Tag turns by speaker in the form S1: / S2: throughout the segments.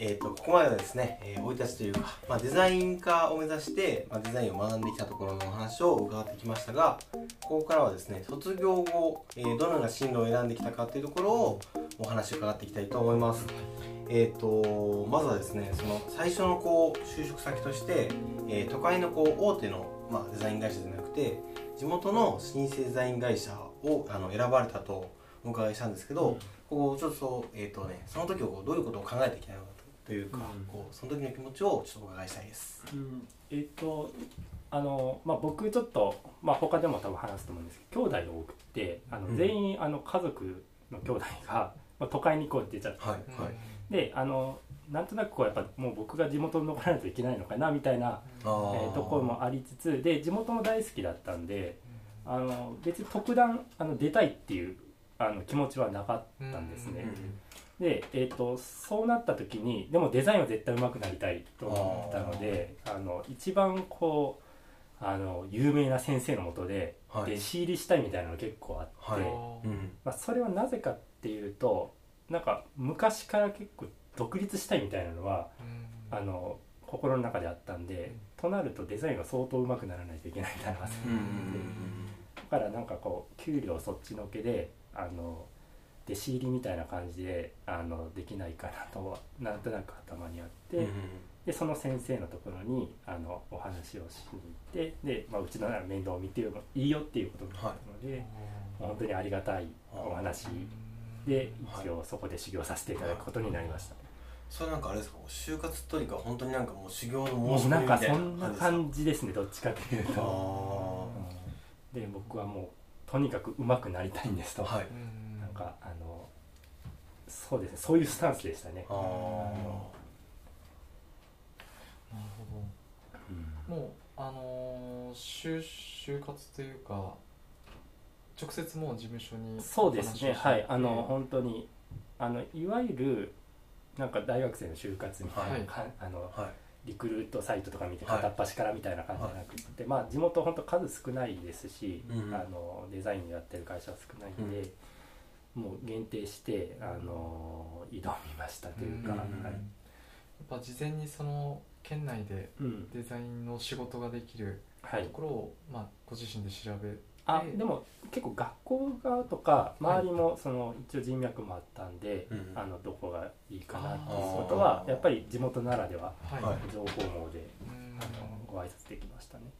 S1: ここまではですね、生い立ちというか、デザイン科を目指して、デザインを学んできたところのお話を伺ってきましたが、ここからはですね、卒業後、どのような進路を選んできたかというところをお話を伺っていきたいと思います。まずはですね、その最初の就職先として、都会の大手の、デザイン会社じゃなくて、地元の新生デザイン会社を選ばれたとお伺いしたんですけど、ちょっとその時をどういうことを考えてきたのかというか、その時の気持ちをちょっとお伺いしたいです。
S2: 僕ちょっと、他でも多分話すと思うんですけど、兄弟が多くて全員家族の兄弟が、都会に出ちゃって、でなんとなくやっぱもう僕が地元に残らないといけないのかなみたいなところもありつつで、地元も大好きだったんで別に特段出たいっていう気持ちはなかったんですね。で、そうなった時にでもデザインは絶対上手くなりたいと思ったので、一番有名な先生のもとで弟子入りしたいみたいなのが結構あって、それはなぜかっていうと、なんか昔から結構独立したいみたいなのは心の中であったんで、となるとデザインが相当上手くならないといけないみたいなのがあって、だからなんか給料そっちのけで弟子入りみたいな感じでできないかなとなんとなく頭にあって、でその先生のところにお話をしに行って、で、うちの面倒を見ていいよっていうことになったので、本当にありがたいお話で一応そこで修行させていただくことになりました。
S1: それなんかあれですか、就活というか本当になんかもう修行の申し込みみたいな
S2: なんかそんな感じですね、どっちかというと。で僕はもうとにかく上手くなりたいんですと、なんかそうですね、そういうスタンスでしたね。なるほ
S3: ど。もう就活というか直接もう事務所に。
S2: そうですね、はい、本当にいわゆるなんか大学生の就活みたいな、リクルートサイトとか見て片っ端からみたいな感じじゃなくて、地元本当数少ないですし、デザインやってる会社は少ないんで、もう限定して挑みましたというか、やっ
S3: ぱ事前にその県内でデザインの仕事ができるところを、ご自身で調べて。
S2: でも結構学校側とか周りも一応人脈もあったんで、どこがいいかなっていうことはやっぱり地元ならでは情報網でご挨拶できましたね。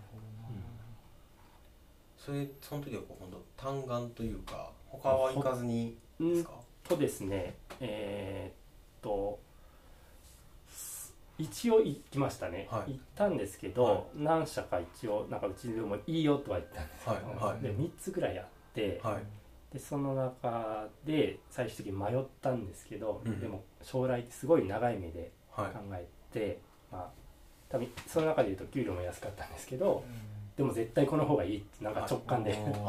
S1: その時は本当単眼というか他は行かずにですか？
S2: ですね、一応行きましたね、行ったんですけど、何社か一応なんかうちでもいいよとは言ったんですけど、で3つぐらいあって、でその中で最終的に迷ったんですけど、でも将来ってすごい長い目で考えて、多分その中でいうと給料も安かったんですけど、でも絶対この方がいいってなんか直感で来ま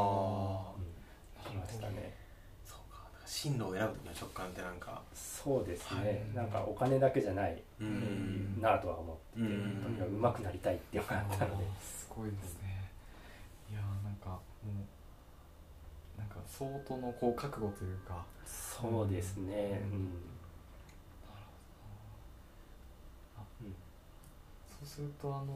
S2: したね。
S1: 進路を選ぶ時の直感ってなんか
S2: そうですね、なんかお金だけじゃないなとは思ってて、とにかく上手くなりたいっていうのがあったので。
S3: すごいですね。いやなんかもうなんか相当の覚悟というか。
S2: そうですね。
S3: そうするとなん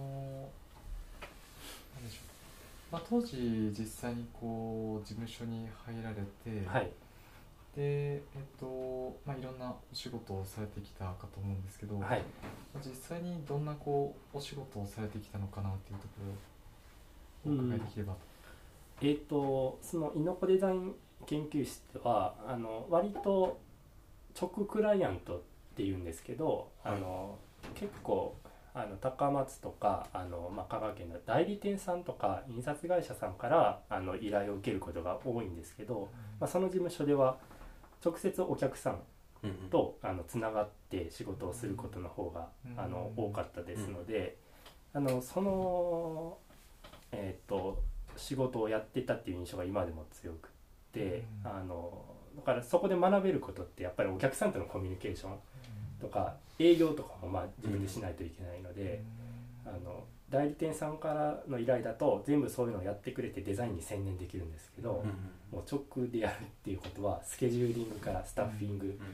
S3: でしょう、当時実際に事務所に入られて、でいろんなお仕事をされてきたかと思うんですけど、実際にどんなお仕事をされてきたのかなっていうところをお伺いできれば
S2: と。その猪子デザイン研究室は割と直クライアントっていうんですけど、結構高松とか香川県の代理店さんとか印刷会社さんから依頼を受けることが多いんですけど、その事務所では直接お客さんとつながって仕事をすることの方が多かったですので、その仕事をやってたっていう印象が今でも強くて、だからそこで学べることってやっぱりお客さんとのコミュニケーションとか営業とかも自分でしないといけないので、代理店さんからの依頼だと全部そういうのをやってくれてデザインに専念できるんですけど、もう直でやるっていうことはスケジューリングからスタッフィング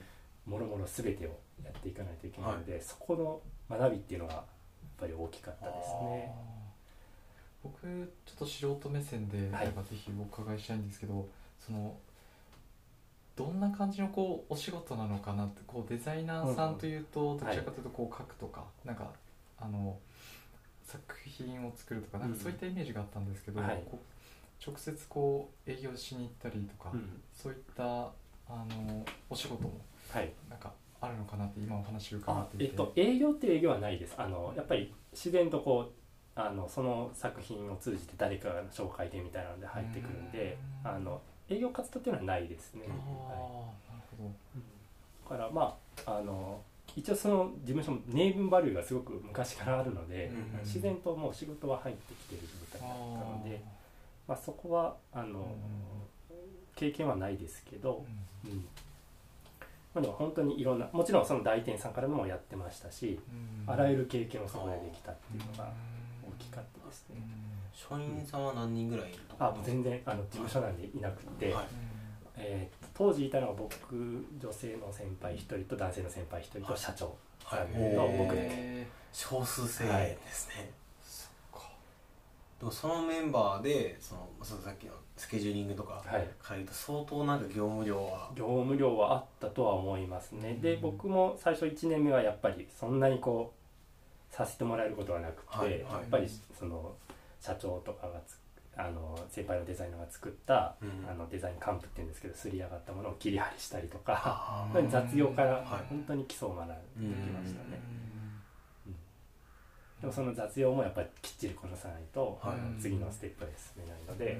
S2: もろもろ全てをやっていかないといけないので、そこの学びっていうのがやっぱり大きかったですね。
S3: 僕ちょっと素人目線で、ぜひお伺いしたいんですけど、そのどんな感じのこうお仕事なのかなって、こうデザイナーさんというと、どちらかというとこう書くとか、なんか作品を作るとか、なんかそういったイメージがあったんですけど、こう直接こう営業しに行ったりとか、そういったお仕事もなんかあるのかなって今お話を伺っていて。
S2: 営業っていう営業はないです。やっぱり自然とこうその作品を通じて誰かが紹介でみたいなので入ってくるんで、営業活動っていうのはないですね。
S3: なるほ
S2: ど。だからまあ一応その事務所もネームバリューがすごく昔からあるので、自然ともう仕事は入ってきている状態だったので、まあそこは経験はないですけど、まあでも本当にいろんな、もちろんその代理店さんからのもやってましたし、あらゆる経験をそこでできたっていうのが大きかったですね。
S1: 社員さんは何人ぐらいいると
S2: か？全然事務所なんでいなくて、当時いたのは僕、女性の先輩1人と男性の先輩1人と社長さんと僕だけ。
S1: 少数制ですね。でもそのメンバーでさっきのスケジューリングとか変えると相当なんか業務量は
S2: あったとは思いますね。で僕も最初1年目はやっぱりそんなにこうさせてもらえることはなくて、やっぱりその社長とかが先輩のデザイナーが作った、デザインカンプっていうんですけど、すり上がったものを切り貼りしたりとか、雑用から本当に基礎を学んできましたね。でもその雑用もやっぱりきっちりこなさないと、次のステップへ進めないので、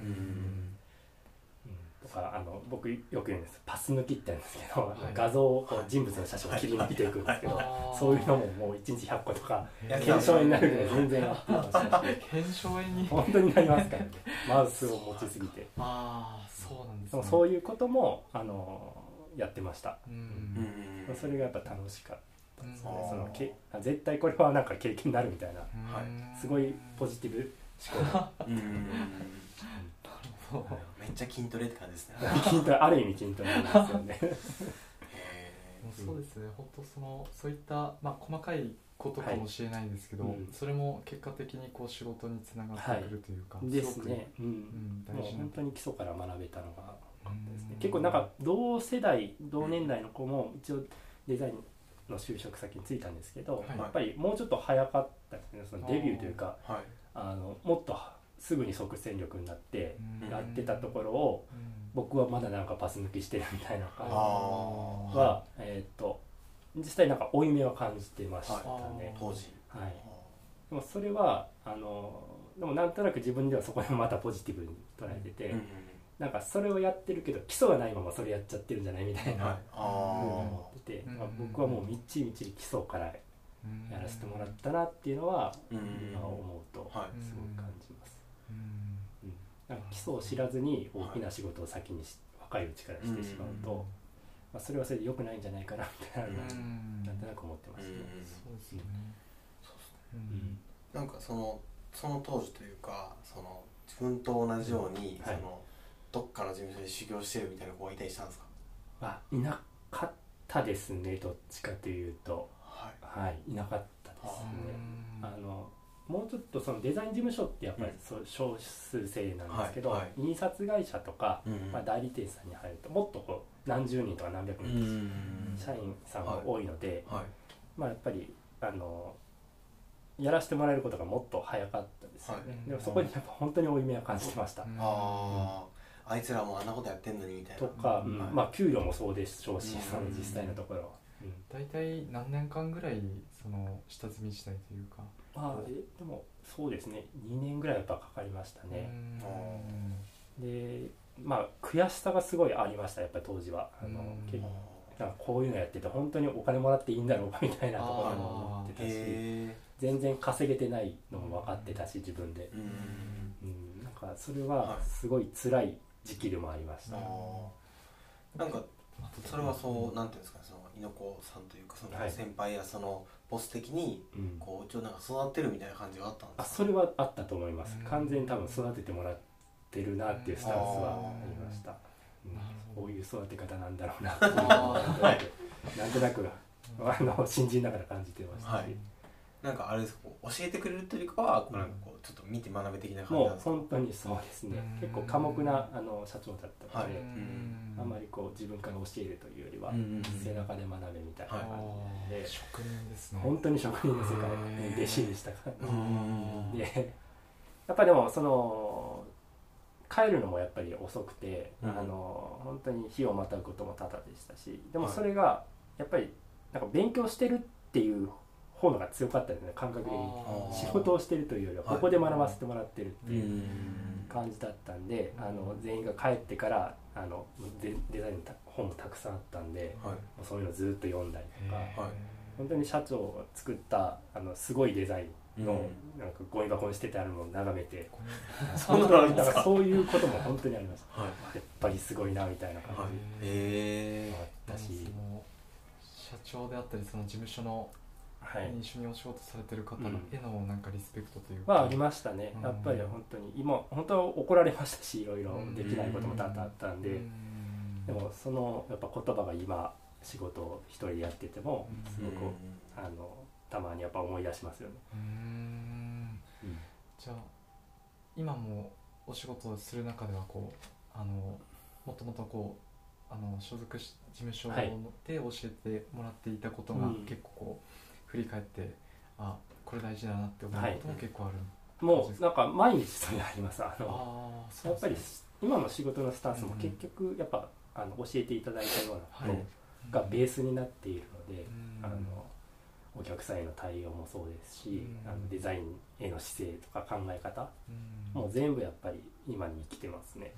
S2: とか僕よく言うんです、パス抜きって言うんですけど、画像を人物の写真を切り抜いていくんですけど、そういうのももう1日100個とか検証炎になるぐらい全然やってましたし、
S3: 検証炎に
S2: 本当になりますからね、マウスを持ちすぎて。
S3: そうなんですね。
S2: そういうこともやってました。それがやっぱ楽しかった。絶対これはなんか経験になるみたいな、すごいポジティブ思考。
S1: めっちゃ筋トレって感じですね。
S2: ある意味筋トレなんですよね。
S3: そうですね。本当そういった細かいことかもしれないんですけど、それも結果的にこう仕事につながってくるというか、
S2: ですね。もう本当に基礎から学べたのがですね。結構なんか同世代同年代の子も一応デザインの就職先に就いたんですけど、やっぱりもうちょっと早かったですね。そのデビューというか、もっとすぐに即戦力になってやってたところを、僕はまだなんかパス抜きしてるみたいな感じは実際なんか負い目は感じてましたね、
S1: 当時。
S2: でもそれはでもなんとなく自分ではそこでもまたポジティブに捉えてて、なんかそれをやってるけど基礎がないままそれやっちゃってるんじゃないみたいなふうに思ってて、僕はもうみっちり基礎からやらせてもらったなっていうのは今思うとすごく感じます。なんか基礎を知らずに大きな仕事を先に若いうちからしてしまうと、それはそれで良くないんじゃないかなみたいななんとなく思ってますね。
S3: そうですよね。
S1: なんかその当時というか、自分と同じようにどっかの事務所で修行してるみたいな子がいたりしたんですか？
S2: いなかったですね。どっちかというと、いなかったですね。もうちょっとそのデザイン事務所ってやっぱり少数制なんですけど、印刷会社とか代理店さんに入るともっとこう何十人とか何百人社員さんが多いので、やっぱりやらせてもらえることがもっと早かったですよね。でもそこにやっぱ本当に負い目は感じてました。
S1: あいつらもあんなことやってんのにみたいな
S2: とか、給料もそうでしょうし、その実際のところ
S3: 大体何年間ぐらい下積み時代というか。
S2: でもそうですね、2年ぐらいやっぱかかりましたね。で悔しさがすごいありました。やっぱり当時はなんかこういうのやってて本当にお金もらっていいんだろうかみたいなところも思ってたし、全然稼げてないのも分かってたし自分で、なんかそれはすごい辛い時期でもありました。
S1: なんかそれはなんていうんですかね、猪子さんというか先輩やボス的にこうなんか育てるみたいな感じがあったんですか？
S2: それはあったと思います。完全に多分育ててもらってるなっていうスタンスはありました。こういう育て方なんだろうなっていうなんとなく新人ながら感じてましたし、はい、
S1: なんかあれですか、教えてくれるというかはなんかこうちょっと見て学べ的な感じなんですか？
S2: もう本当にそうですね。結構寡黙な社長だったので、あまりこう自分から教えるというよりは背中で学べみたいな感じで、
S3: 職人ですね。
S2: 本当に職人の世界に弟子でしたからで、やっぱりでもその帰るのもやっぱり遅くて、本当に日をまたぐことも多々でしたし、でもそれがやっぱりなんか勉強してるっていう方のが強かったですね、感覚的に。仕事をしてるというよりはここで学ばせてもらってるっていう感じだったんで、全員が帰ってからデザインの本もたくさんあったんで、そういうのずっと読んだりとか、本当に社長が作ったすごいデザインのなんかゴミ箱に捨ててあるのを眺めて、そういうことも本当にありました。やっぱりすごいなみたいな感じであったし、
S3: 社長であったりその事務所の一緒にお仕事されてる方のへのなんかリスペクトというか、
S2: ありましたね。やっぱり本当に今本当は怒られましたし、いろいろできないことも多々あったんで、でもそのやっぱ言葉が今仕事を一人でやっててもすごくたまにやっぱ思い出しますよね。
S3: じゃあ今もお仕事をする中ではこうもともとこう所属事務所で教えてもらっていたことが結構こう振り返ってこれ大事だなって思うことも結構ある、
S2: もうなんか毎日それあります。やっぱり今の仕事のスタンスも結局やっぱ教えていただいたようなことがベースになっているので、お客さんへの対応もそうですし、デザインへの姿勢とか考え方もう全部やっぱり今に生きてますね。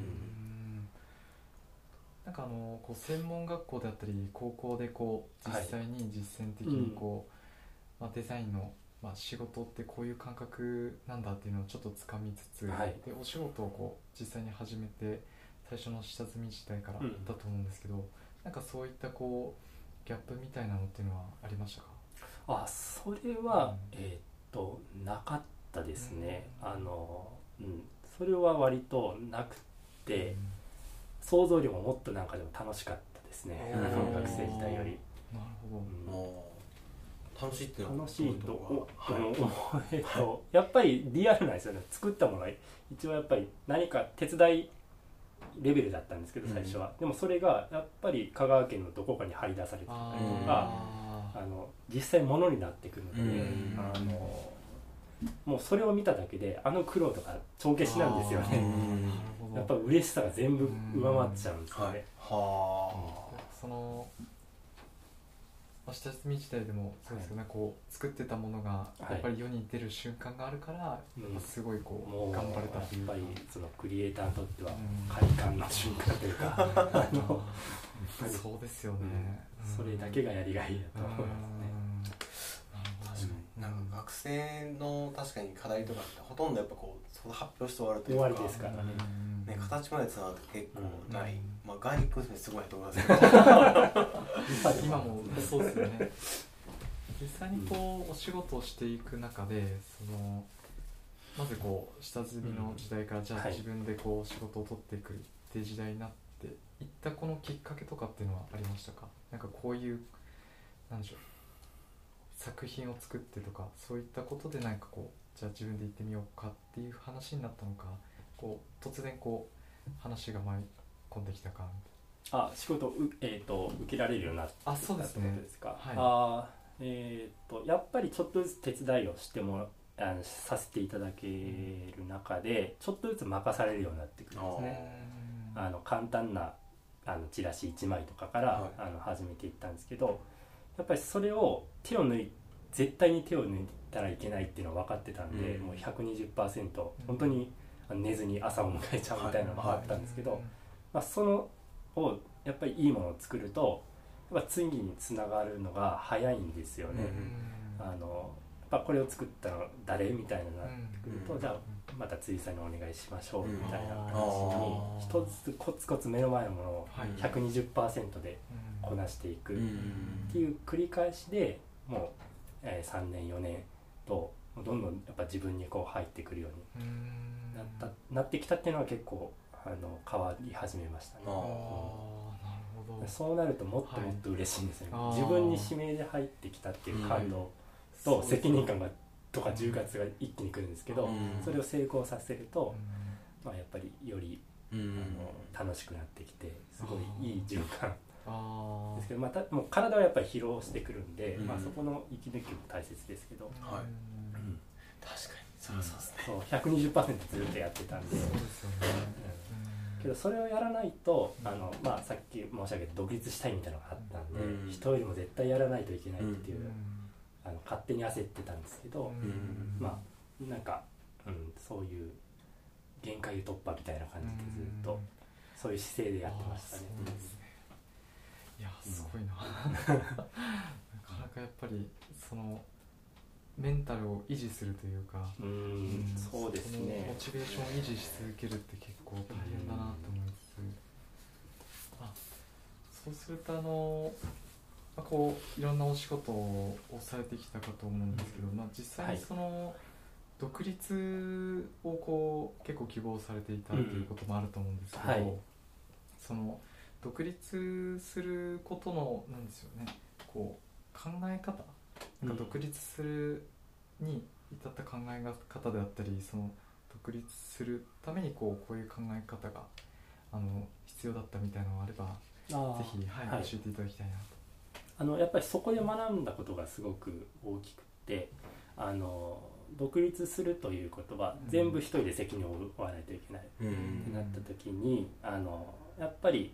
S3: なんかこう専門学校であったり高校でこう実際に実践的にこう、デザインの、仕事ってこういう感覚なんだっていうのをちょっとつかみつつ、でお仕事をこう実際に始めて最初の下積み時代からだと思うんですけど、なんかそういったこうギャップみたいなのっていうのはありましたか？
S2: それは、なかったですね。それは割となくて、想像力ももっとなんかでも楽しかったですね、学生時代より。
S3: なるほ
S1: ど。楽しいって
S2: 楽しいと思えるとやっぱりリアルなんですよね。作ったものは一応やっぱり何か手伝いレベルだったんですけど最初は、でもそれがやっぱり香川県のどこかに張り出されてたりとか、実際ものになってくるので、もうそれを見ただけで苦労とか帳消しなんですよね。やっぱ嬉しさが全部上回っちゃうんですよね。
S3: その下積み時代でもそうですよね、こう作ってたものがやっぱり世に出る瞬間があるから、すごいこう頑張れたっていうか、
S2: やっぱりそのクリエイターにとっては快感の瞬間というか
S3: そうですよね、
S2: それだけがやりがいだと思いますね。
S1: なんか学生の確かに課題とかってほとんどやっぱこうそこで発表して終わるという
S2: か終わりですからね。
S1: 形までつながって結構ない、ガーリック娘すごいと思いますけど
S3: 今もそうですよね。実際にこうお仕事をしていく中でまずこう下積みの時代からじゃあ自分でこう仕事を取っていくっていう時代になっていったこのきっかけとかっていうのはありましたか？なんかこういうなんでしょう、作品を作ってとかそういったことでなんかこうじゃあ自分で行ってみようかっていう話になったのか、こう突然こう話が舞い込んできたかみたいな。
S2: 仕事を、受けられるようになったってことですか？やっぱりちょっとずつ手伝いをしてもさせていただける中でちょっとずつ任されるようになってくるんですね。簡単なチラシ1枚とかから、始めていったんですけど、やっぱりそれを絶対に手を抜いたらいけないっていうのは分かってたんで、もう 120% 本当に寝ずに朝を迎えちゃうみたいなのもあったんですけど、そのをやっぱりいいものを作るとやっぱ次につながるのが早いんですよね。やっぱこれを作ったの誰みたいなのになってくると、じゃあまた辻さんにお願いしましょうみたいな話に一つずつコツコツ目の前のものを 120% でこなしていくっていう繰り返しでもう3年4年とどんどんやっぱ自分にこう入ってくるようになってきたっていうのは結構変わり始めましたね。
S3: なるほ
S2: そうなるともっともっと嬉しいんですよね、はい、自分に指名で入ってきたっていう感動と責任感がとか重圧が一気にくるんですけど、それを成功させると、まあ、やっぱりより楽しくなってきてすごいいい循環ですけど、またもう体はやっぱり疲労してくるんで、まあ、そこの息抜きも大切ですけど、
S1: はい、確かにそうですね。
S2: そう 120% ずっとやってたんで、けどそれをやらないとまあ、さっき申し上げた独立したいみたいなのがあったんで、人よりも絶対やらないといけないっていう、勝手に焦ってたんですけど、まあなんか、そういう限界突破みたいな感じでずっとそういう姿勢でやってましたね。
S3: いやすごいななかなかやっぱりそのメンタルを維持するというか、
S2: そうですね、
S3: モチベーションを維持し続けるって結構大変だなと思いつつ、そうするとこういろんなお仕事をされてきたかと思うんですけど、実際にその、独立をこう結構希望されていたということもあると思うんですけど、その独立することのなんですよね、こう考え方、独立するに至った考え方であったり、その独立するためにこういう考え方が必要だったみたいなのがあればぜひ、教えていただきたいなと。
S2: やっぱりそこで学んだことがすごく大きくて、独立するということは全部一人で責任を負わないといけないってなった時に、やっぱり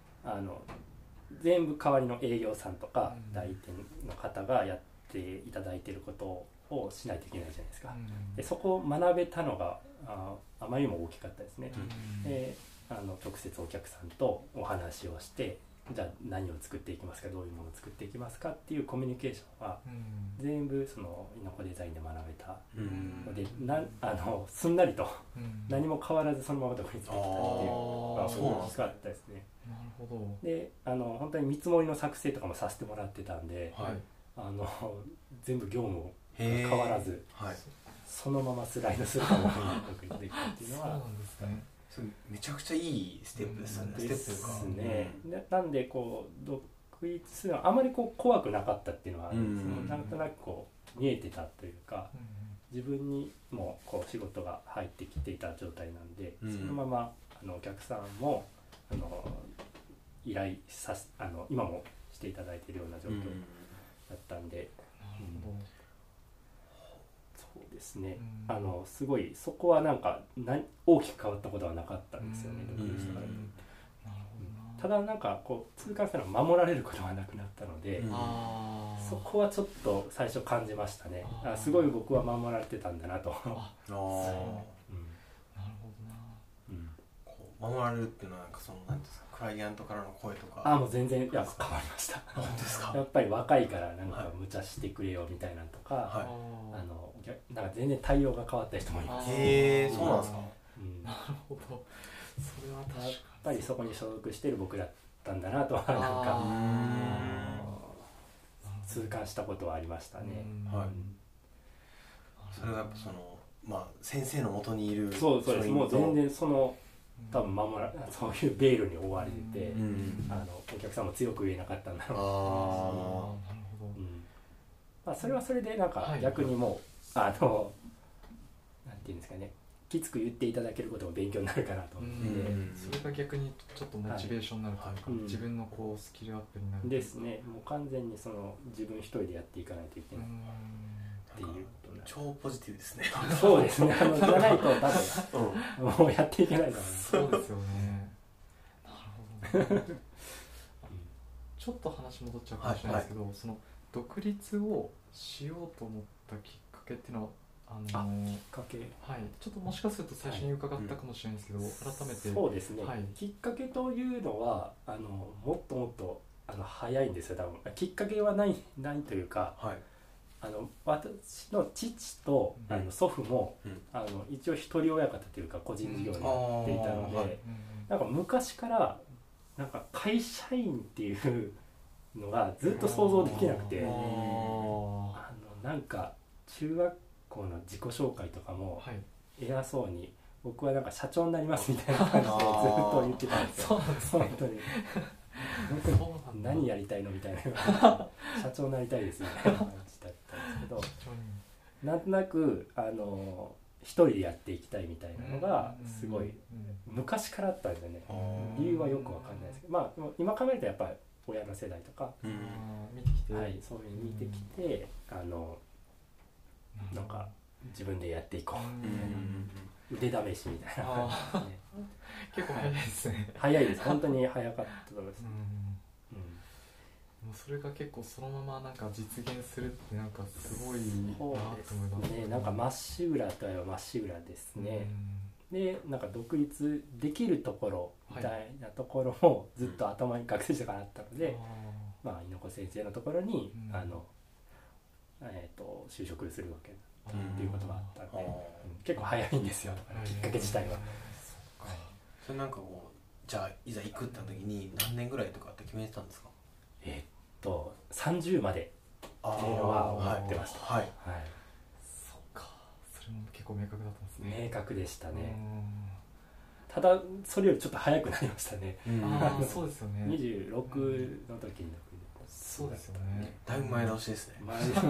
S2: 全部代わりの営業さんとか代理店の方がやっていただいていることをしないといけないじゃないですか。でそこを学べたのがあまりにも大きかったですね。で直接お客さんとお話をして、じゃあ何を作っていきますか、どういうものを作っていきますかっていうコミュニケーションは全部そのイノコデザインで学べたので、すんなりと何も変わらずそのまま独立できたっていうのが大きかったですね。
S3: なるほど。
S2: で本当に見積もりの作成とかもさせてもらってたんで、全部業務が変わらず、そのままスライドするかのように独立できたっていうのは
S3: そうなんですね。
S1: めちゃくちゃいいステップですよね。
S2: ですね。なんでこう独立するのはあまりこう怖くなかったっていうのは、なんとなくこう見えてたというか、自分にもこう仕事が入ってきていた状態なんで、そのままお客さんも依頼さ今もしていただいているような状況だったんで、そうですね、すごいそこはなんか大きく変わったことはなかったんですよね、独立したから。ただなんかこう痛感したのは守られることはなくなったので、そこはちょっと最初感じましたね。すごい僕は守られてたんだなと。
S1: 守られるっていうのはなんかそのなんですか、クライアントからの声とか。
S2: もう全然変わりました。
S1: 本当ですか。
S2: やっぱり若いからなんか無茶してくれよみたいなとか、なんか全然対応が変わった人もいます。
S1: へえ、そうなんですか。
S3: なるほど。それは確かに。
S2: やっぱりそこに所属してる僕だったんだなとはなんか痛感したことはありましたね。
S1: それがやっぱその先生の元にいる。
S2: そうです。もう全然その多分そういうベールに覆われてて、お客さんも強く言えなかったんだろう。
S3: なるほ
S2: ど。それはそれでなんか逆にもうなんていうんですかね、きつく言っていただけることも勉強になるかなと思って、
S3: それが逆にちょっとモチベーションになるというか、自分のこうスキルアップになる
S2: ですね。もう完全にその自分一人でやっていかないといけないっていうことになる。
S1: 超ポジティブですね。
S2: そうですね。じゃないと多分もうやっていけないだろうな。
S3: そうですよね。なるほど。ちょっと話戻っちゃうかもしれないですけど、その独立をしようと思ったきっかけっていうのは
S2: きっかけ、
S3: ちょっともしかすると最初に伺ったかもしれないですけど、改めて。
S2: そうですね、きっかけというのはもっともっと早いんですよ。多分きっかけはないというか、私の父と祖父も一応一人親方というか個人事業になっていたので、なんか昔からなんか会社員っていうのがずっと想像できなくて、なんか中学校の自己紹介とかも偉そうに僕はなんか社長になりますみたいな感じでずっと言ってたんですよ。
S3: そうなんですね。
S2: 本当に何やりたいのみたいな社長になりたいですみたいな感じだったんですけどなんとなく一人でやっていきたいみたいなのがすごい昔からあったんですよね。理由はよくわかんないですけど、まあ今考えるとやっぱり親の世代とか、
S3: 見てきて、
S2: はい、そういうの見てきて、なんか自分でやっていこうみたいな、腕試しみたいな感じで、ね、
S3: 結構早いですね。
S2: 早いです、本当に早かったと思います。
S3: もうそれが結構そのままなんか実現するってなんかすごいなと思います
S2: ね。なんかまっしぐらといえばまっしぐらですね。でなんか独立できるところみたいなところもずっと頭に学生時代からあったので、まあ猪子先生のところに就職するわけだっていうことがあったので、結構早いんですよ、きっかけ自体は。
S1: それなんかこうじゃあいざ行くって時に何年ぐらいとかって決めてたんですか
S2: ？30までっていうのは思ってました。はい、はい、
S3: そうか、それも結構明確だったんですね。
S2: 明確でしたね。ただそれよりちょっと早くなりましたね。
S3: そうですよね。
S2: 26の時に
S3: そうですよね。
S1: だいぶ前倒しですね。
S3: なんか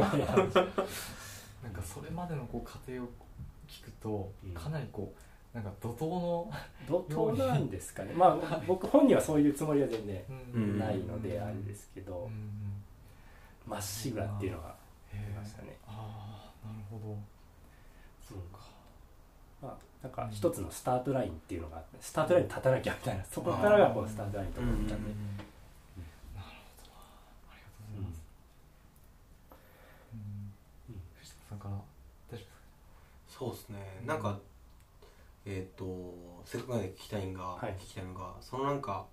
S3: それまでのこう過程を聞くとかなりこうなんか怒涛
S2: なんですかね。まあ僕本人はそういうつもりは全然ないのであれですけど、まっしぐらっていうのがありましたね。
S3: ああ、なるほど。そうか。
S2: まあなんか一つのスタートラインっていうのがあって、スタートラインに立たなきゃみたいな、そこからがこうスタートラインと思ったんで。なるほど。
S3: ありがとうございます。藤田さんから大丈夫ですか？
S1: そうですね。なんかせっかくなんで聞きたいのが、そのなんか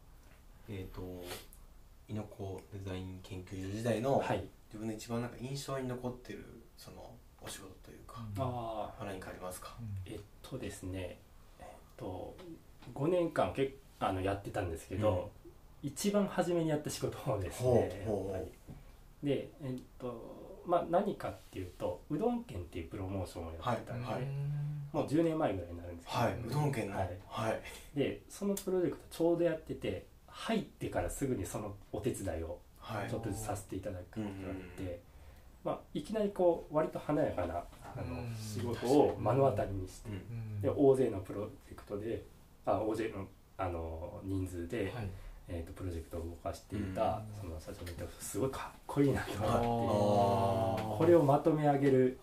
S1: 猪子デザイン研究所時代の、自分の一番なんか印象に残ってるそのお仕事というか、何かありますか？
S2: ですね、5年間やってたんですけど、一番初めにやった仕事ですね。でまあ何かっていうとうどん県っていうプロモーションをやってたんで、もう10年前ぐらいになるんです
S1: けど、うどん県の、
S2: でそのプロジェクトちょうどやってて、入ってからすぐにそのお手伝いをちょっとずつさせていただくことがあって、まあ、いきなりこう割と華やかな仕事を目の当たりにして、で大勢のプロジェクトで大勢の人数で、プロジェクトを動かしていたその社長を見てすごいかっこいいなと思って、これをまとめ上げる、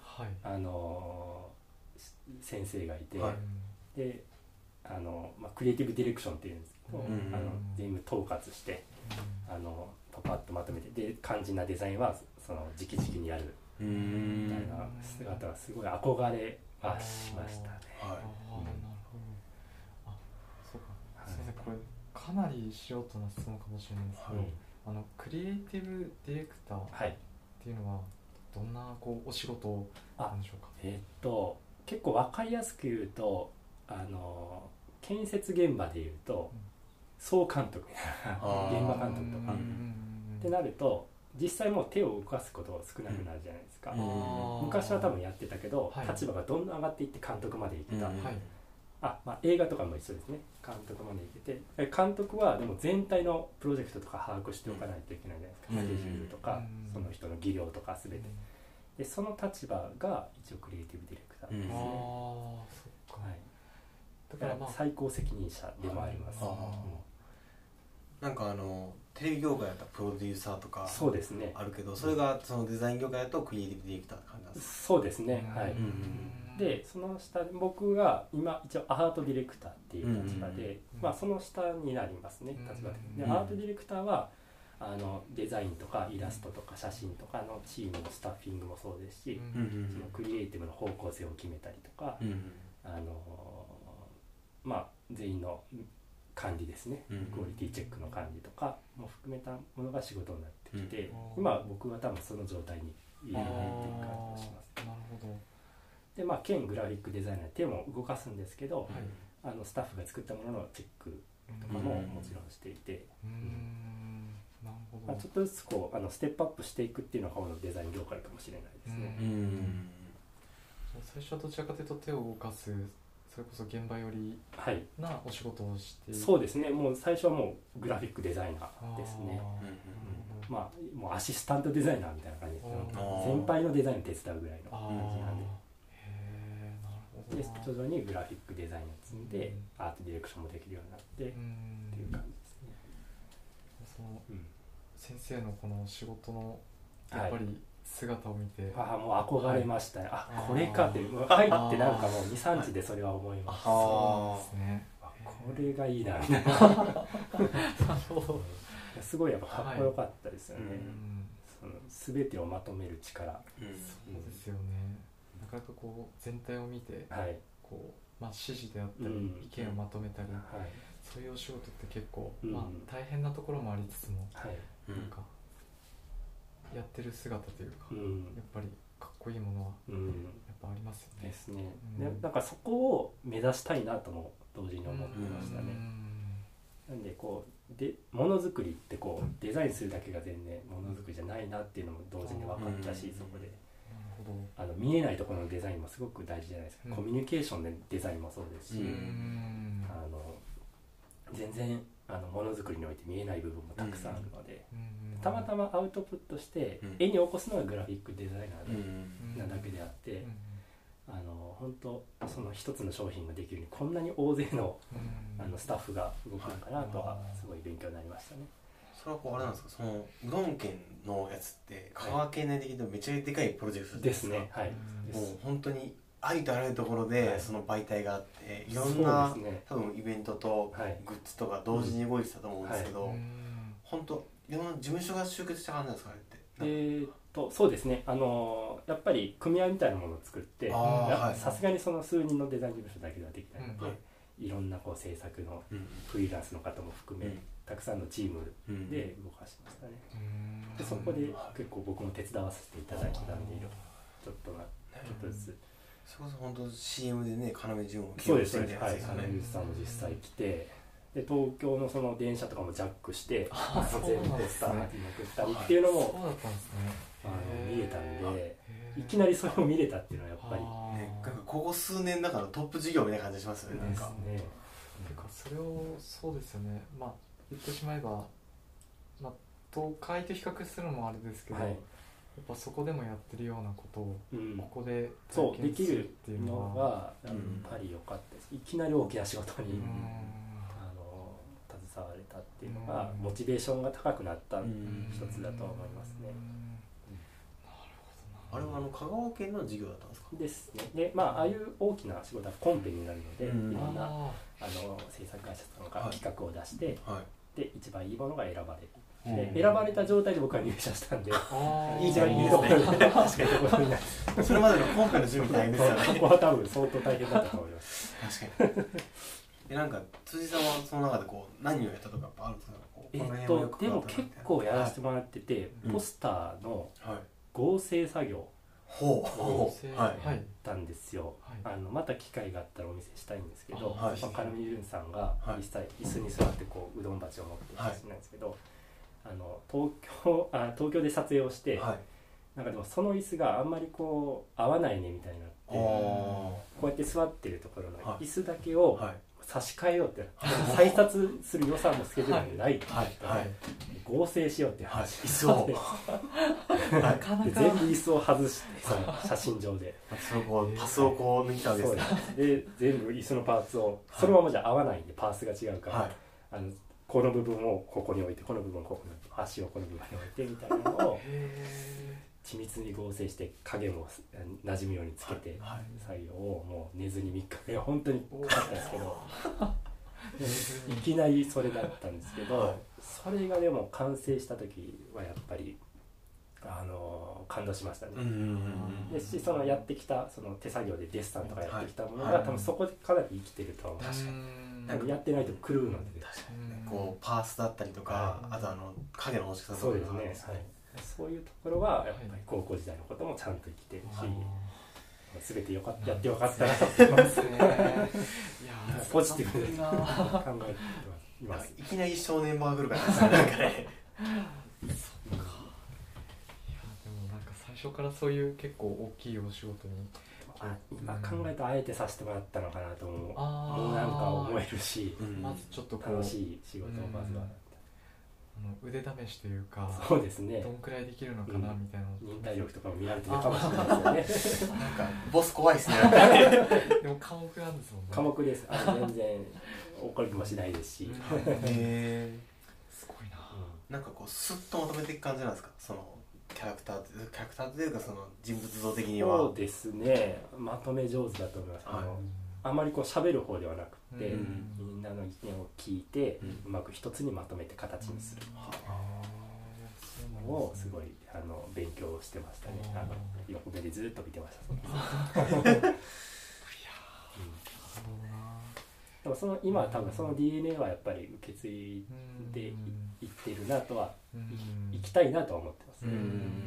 S2: 先生がいて、でクリエイティブディレクションっていうんですけど、全部統括してパパッとまとめて、で肝心なデザインはその直々にやるみたいな姿がすごい憧れはしましたね。
S3: なるほど。そうか。すみません、これかなり素人な質問かもしれないんですけど、クリエイティブディレクターっていうのはどんなこうお仕事なんでしょうか？
S2: 結構分かりやすく言うと建設現場で言うと総監督みたいな現場監督とかってなると実際もう手を動かすことが少なくなるじゃないですか。昔は多分やってたけど、立場がどんどん上がっていって監督まで行けた。映画とかも一緒ですね。監督まで行けて、監督はでも全体のプロジェクトとか把握しておかないといけないじゃないですか。スケジュールとかその人の技量とか全てで、その立場が一応クリエイティブディレクターですね。
S3: そっか。
S2: だから最高責任者でもあります。
S1: なんかテレビ業界だったらプロデューサーとか
S2: そうですね
S1: あるけど、それがそのデザイン業界だとクリエイティブディレクターって感じなんですか？
S2: そうですね。はい。でその下僕が今一応アートディレクターっていう立場で、その下になりますね、立場で。アートディレクターはデザインとかイラストとか写真とかのチームのスタッフィングもそうですし、そのクリエイティブの方向性を決めたりとか、全員の管理ですね、クオリティチェックの管理とかも含めたものが仕事になってきて、今僕は多分その状態にいるっていう感じがします。
S3: なるほど。
S2: で兼グラフィックデザイナー手も動かすんですけど、スタッフが作ったもののチェックとかももちろんしていて、ちょっとずつこうステップアップしていくっていうのがこのデザイン業界かもしれないですね。
S3: 最初はどちらかというと手を動かすそれこそ現場寄りなお仕事をして、
S2: そうですね、もう最初はもうグラフィックデザイナーですね。まあもうアシスタントデザイナーみたいな感じですけど、先輩のデザインを手伝うぐらいの感じなんで。で徐々にグラフィックデザインを積んで、アートディレクションもできるようになってっていう感じですね。
S3: その先生のこの仕事のやっぱり姿を見て、
S2: もう憧れましたね。これかって入ってなんかもう 2,3 日でそれは思いました。
S3: そうですね。
S2: これがいいなみたいな。すごいやっぱかっこよかったですよね。その全てをまとめる力。
S3: そうですよね。なかなかこう全体を見て、こう指示であったり意見をまとめたり、そういうお仕事って結構大変なところもありつつも、なんかやってる姿というか、やっぱりかっこいいものはやっぱありますよね。
S2: ですね。なんかそこを目指したいなとも同時に思ってましたね。なんでこうでものづくりってこうデザインするだけが全然ものづくりじゃないなっていうのも同時に分かったし、そこで見えないところのデザインもすごく大事じゃないですか。コミュニケーションでデザインもそうですし、全然ものづくりにおいて見えない部分もたくさんあるので、たまたまアウトプットして絵に起こすのがグラフィックデザイナーなだけであって、本当その一つの商品ができるにこんなに大勢のスタッフが動くのかなとはすごい勉強になりましたね。
S1: それはこうあれなんですか、そのうどん県のやつって香川県内的にめちゃでかいプロジェクト
S2: ですね。
S1: もう本当にありとあらゆるところでその媒体があって、いろんな多分イベントとグッズとか同時に動いてたと思うんですけど、本当いろんな事務所が集結した感じなんですか、あれって。
S2: そうですね、やっぱり組合みたいなものを作って、さすがにその数人のデザイン事務所だけではできないので、いろんなこう制作のフリーランスの方も含め、たくさんのチームで動かしましたね。でそこで結構僕も手伝わせていただいてたんで、ちょっとずつ。
S1: それこそ本当 CM でね、要潤を
S2: 起用してるじゃないですかね。要さんも実際来て、で東京のその電車とかもジャックして全部ポスター貼りまくったりっていうのも見れたんで、いきなりそれを見れたっていうのはやっぱり
S1: ここ数年だからトップ事業みたいな感じしますよね。なんか
S3: それをそうですよね。言ってしまえば、東海と比較するのもあれですけど、やっぱそこでもやってるようなことをここで
S2: 体験するっていうのがやっぱり良かったです。いきなり大きな仕事に携われたっていうのがモチベーションが高くなった一つだと思いますね。
S1: あれは香川県の事業だったんですか？
S2: ですね。でああいう大きな仕事はコンペになるので、いろんな制作会社さんが企画を出して、で一番いいものが選ばれる。で選ばれた状態で僕は入社したんで、いいじゃん、いいところに確かにところになる。
S1: それまでのコンペの準備大変ですよね。
S2: ここは多分相当大変だったと思います。
S1: 確かに。なんか辻さんはその中でこう何をやったとかあるんですか？
S2: でも結構やらせてもらってて、ポスターの合成作業をやったんですよ。また機会があったらお見せしたいんですけど、カルミルンさんが実際椅子に座ってこううどん鉢を持ってる写真なんですけど、東京で撮影をして、なんかでもその椅子があんまりこう合わないねみたいになって、こうやって座ってるところの椅子だけを差し替えようって再撮する予算もスケジュールでないって言ったら、合成しようっていう話、椅子をなかなか全部椅子を外して、その写真上で
S1: パスをこう抜いたわけですね。
S2: で全部椅子のパーツをそのままじゃ合わないんで、パーツが違うから、この部分をここに置いて、この部分をここに置いて、足をこの部分に置いてみたいなのを緻密に合成して影もなじむようにつけて作業をもう寝ずに3日目は本当にかかったんですけど、いきなりそれだったんですけど、それがでも完成した時はやっぱり感動しましたね。ですし、そのやってきたその手作業でデッサンとかやってきたものが多分そこでかなり生きてると思う。確かにやってないと狂うので、
S1: こうパースだったりとか、あと影の落ち方とか、
S2: そうですね、そういうところはやっぱり高校時代のこともちゃんと生きてるし、全てやってよかったなと思いますね。ポジティブに考えています。
S1: いきなり少年バー来るからですね。なんかね。
S3: そっか。いやでもなんか最初からそういう結構大きいお仕事に
S2: 今考えるとあえてさせてもらったのかなともなんか思えるし、
S3: まずちょっと
S2: 楽しい仕事をまずは、
S3: 腕試しというか、
S2: そうですね、
S3: どんくらいできるのかなみたいな、
S2: 忍耐力とかも見られてるかもしれないですよね。
S1: なんかボス怖いですね。
S3: でも科目なんですもんね。
S2: 科目です。全然怒りもしないですし。
S3: すごいな。
S1: なんかこうスッとまとめていく感じなんですか、そのキャラクターというかその人物像的には。
S2: そうですね、まとめ上手だと思います。あまりこう喋る方ではなくて、みんなの意見を聞いて、うまく一つにまとめて形にするのをすごい勉強してましたね。横目でずっと見てました。でも今は多分その DNA はやっぱり受け継いでいってるなとは、いきたいなとは思ってますね。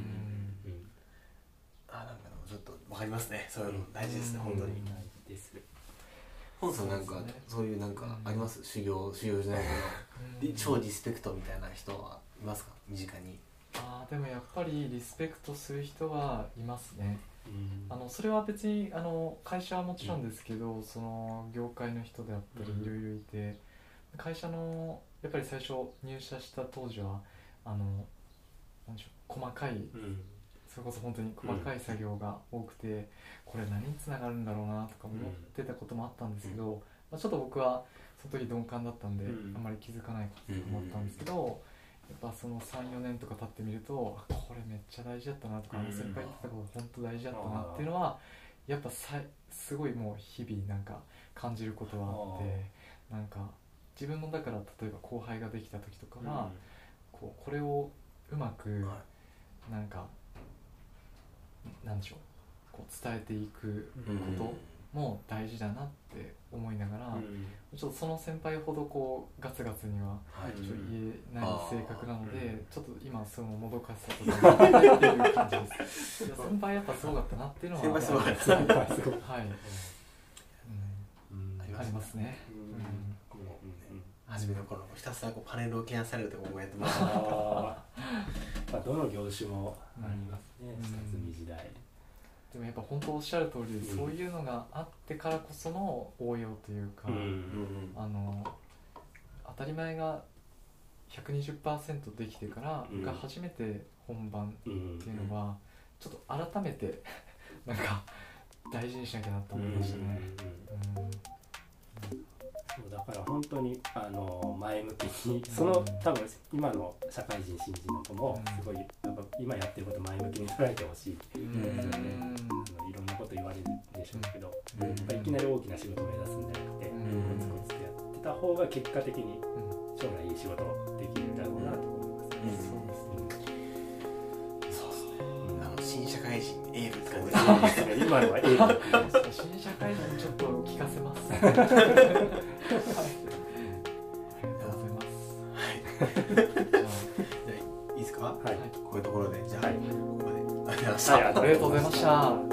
S1: なんかちょっとわかりますね。そういうの大事ですね、本当に。
S2: です。
S1: 本さんなんかそういうなんかあります？修行じゃないけど超リスペクトみたいな人はいますか、身近に？
S3: でもやっぱりリスペクトする人はいますね。それは別に会社はもちろんですけど、その業界の人であったりいろいろいて、会社のやっぱり最初入社した当時はなんでしょう、細かい、それこそ本当に細かい作業が多くて、これ何につながるんだろうなとか思ってたこともあったんですけど、ちょっと僕はその時鈍感だったんで、あんまり気づかないかと思ったんですけど、やっぱその 3,4 年とか経ってみると、これめっちゃ大事だったなとか、先輩言ってたこと本当大事だったなっていうのはやっぱすごいもう日々なんか感じることはあって、なんか自分もだから例えば後輩ができた時とかは、これをうまくなんかなんでしょう、こう伝えていくことも大事だなって思いながら、ちょっとその先輩ほどこうガツガツにはちょっと言えない性格なので、ちょっと今そのもどかしさとかっていう感じです。先輩やっぱすごかったなっていうのは、
S1: 先輩すごかった。
S3: はい、ありますね。
S1: 初めの頃ひたすらパネルをけなされるところをやってました。
S2: どの業種もありますね、下積み時代。
S3: でもやっぱ本当おっしゃる通りで、そういうのがあってからこその応用というか、当たり前が 120% できてからが初めて本番っていうのはちょっと改めてなんか大事にしなきゃなと思いましたね。
S2: そうだから本当に前向きに、その多分今の社会人新人の子もすごいやっぱ今やってること前向きに捉えてほしいっていうことですよね。いろんなこと言われるでしょうけど、いきなり大きな仕事を目指すんじゃなくて、コツコツとやってた方が結果的に将来いい仕事できるんだろうなと思いますね。
S1: そうですね。新社会人エールって感じ
S2: ですね。今のはエール。
S3: 新社会人ちょっと聞かせます。ありがとうございます。
S1: じゃあいいですか？はい。こういうところでじゃあここまでありがとうございました。
S3: ありがとうございました。